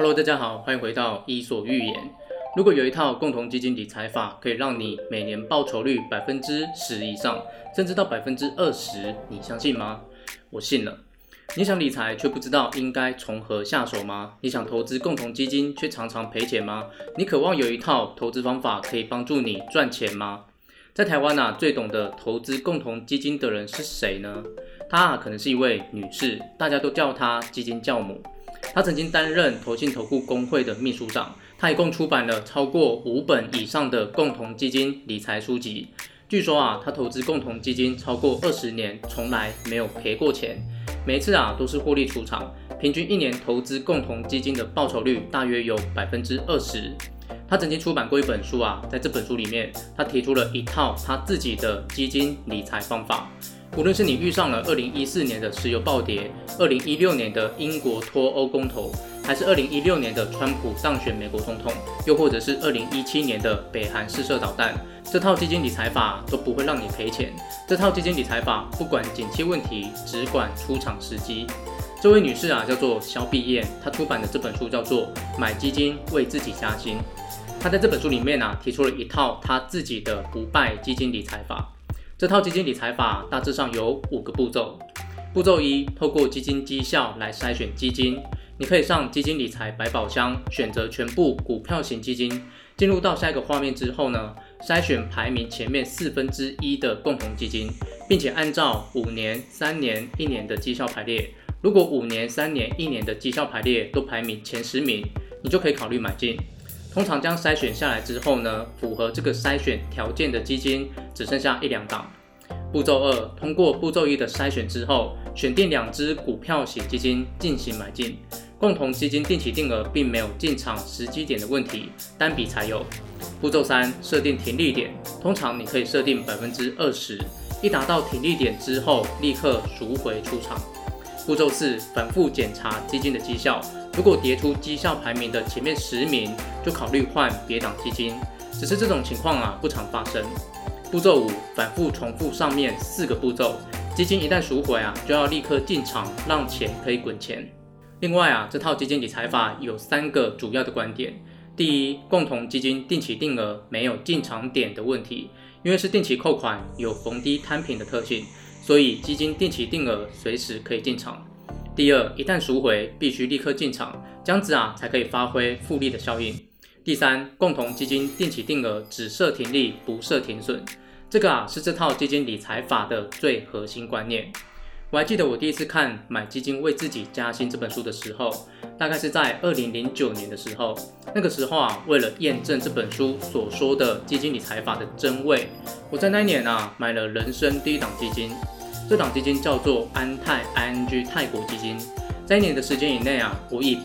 Hello， 大家好，欢迎回到伊索寓言。如果有一套共同基金理财法，可以让你每年报酬率10%以上，甚至到20%，你相信吗？我信了。你想理财却不知道应该从何下手吗？你想投资共同基金却常常赔钱吗？你渴望有一套投资方法可以帮助你赚钱吗？在台湾最懂得投资共同基金的人是谁呢？她可能是一位女士，大家都叫她基金教母。她曾经担任投信投顾公会的秘书长，她一共出版了超过5本以上的共同基金理财书籍。据说她投资共同基金超过20年，从来没有赔过钱，每一次都是获利出场，平均一年投资共同基金的报酬率大约有20%。他曾经出版过一本书在这本书里面，他提出了一套他自己的基金理财方法。无论是你遇上了2014年的石油暴跌，2016年的英国脱欧公投，还是2016年的川普当选美国总统，又或者是2017年的北韩试射导弹，这套基金理财法都不会让你赔钱。这套基金理财法不管景气问题，只管出场时机。这位女士叫做萧碧燕，她出版的这本书叫做《买基金为自己加薪》。她在这本书里面提出了一套她自己的不败基金理财法。这套基金理财法大致上有5个步骤。步骤1，透过基金绩效来筛选基金。你可以上基金理财百宝箱，选择全部股票型基金。进入到下一个画面之后呢，筛选排名前面1/4的共同基金，并且按照5年、3年、1年的绩效排列。如果5年、3年、1年的绩效排列都排名前10名，你就可以考虑买进。通常将筛选下来之后呢，符合这个筛选条件的基金只剩下1-2档。步骤2，通过步骤1的筛选之后，选定2只股票型基金进行买进。共同基金定期定额并没有进场时机点的问题，单笔才有。步骤3，设定停利点，通常你可以设定20%，一达到停利点之后立刻赎回出场。步骤4，反复检查基金的绩效，如果跌出绩效排名的前面10名，就考虑换别档基金，只是这种情况不常发生。步骤5，反复重复上面4个步骤，基金一旦赎回就要立刻进场，让钱可以滚钱。另外这套基金理财法有3个主要的观点。第一，共同基金定期定额没有进场点的问题，因为是定期扣款，有逢低摊平的特性，所以基金定期定额随时可以进场。第二，一旦赎回必须立刻进场，这样子才可以发挥复利的效应。第三，共同基金定期定额只设停利不设停损，这个是这套基金理财法的最核心观念。我还记得我第一次看《买基金为自己加薪》这本书的时候，大概是在2009年的时候。那个时候为了验证这本书所说的基金理财法的真伪，我在那一年买了人生第一档基金。这档基金叫做安泰 ING 泰国基金。在1年的时间以内我以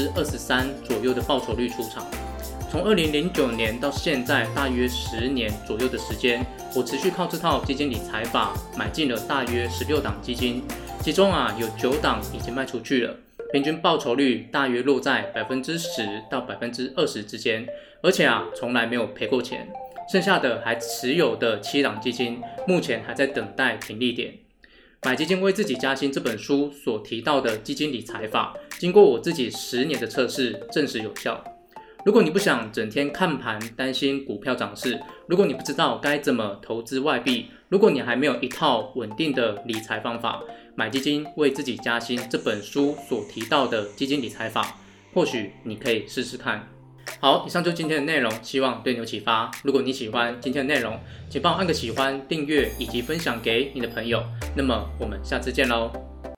23%左右的报酬率出场。从2009年到现在大约10年左右的时间，我持续靠这套基金理财法买进了大约16档基金，其中有9档已经卖出去了，平均报酬率大约落在10%到20%之间，而且从来没有赔过钱。剩下的还持有的7档基金，目前还在等待停利点。买基金为自己加薪这本书所提到的基金理财法，经过我自己10年的测试，证实有效。如果你不想整天看盘担心股票涨势，如果你不知道该怎么投资外币，如果你还没有一套稳定的理财方法，买基金为自己加薪这本书所提到的基金理财法，或许你可以试试看。好，以上就是今天的内容，希望对你有启发。如果你喜欢今天的内容，请帮我按个喜欢、订阅以及分享给你的朋友。那么我们下次见喽。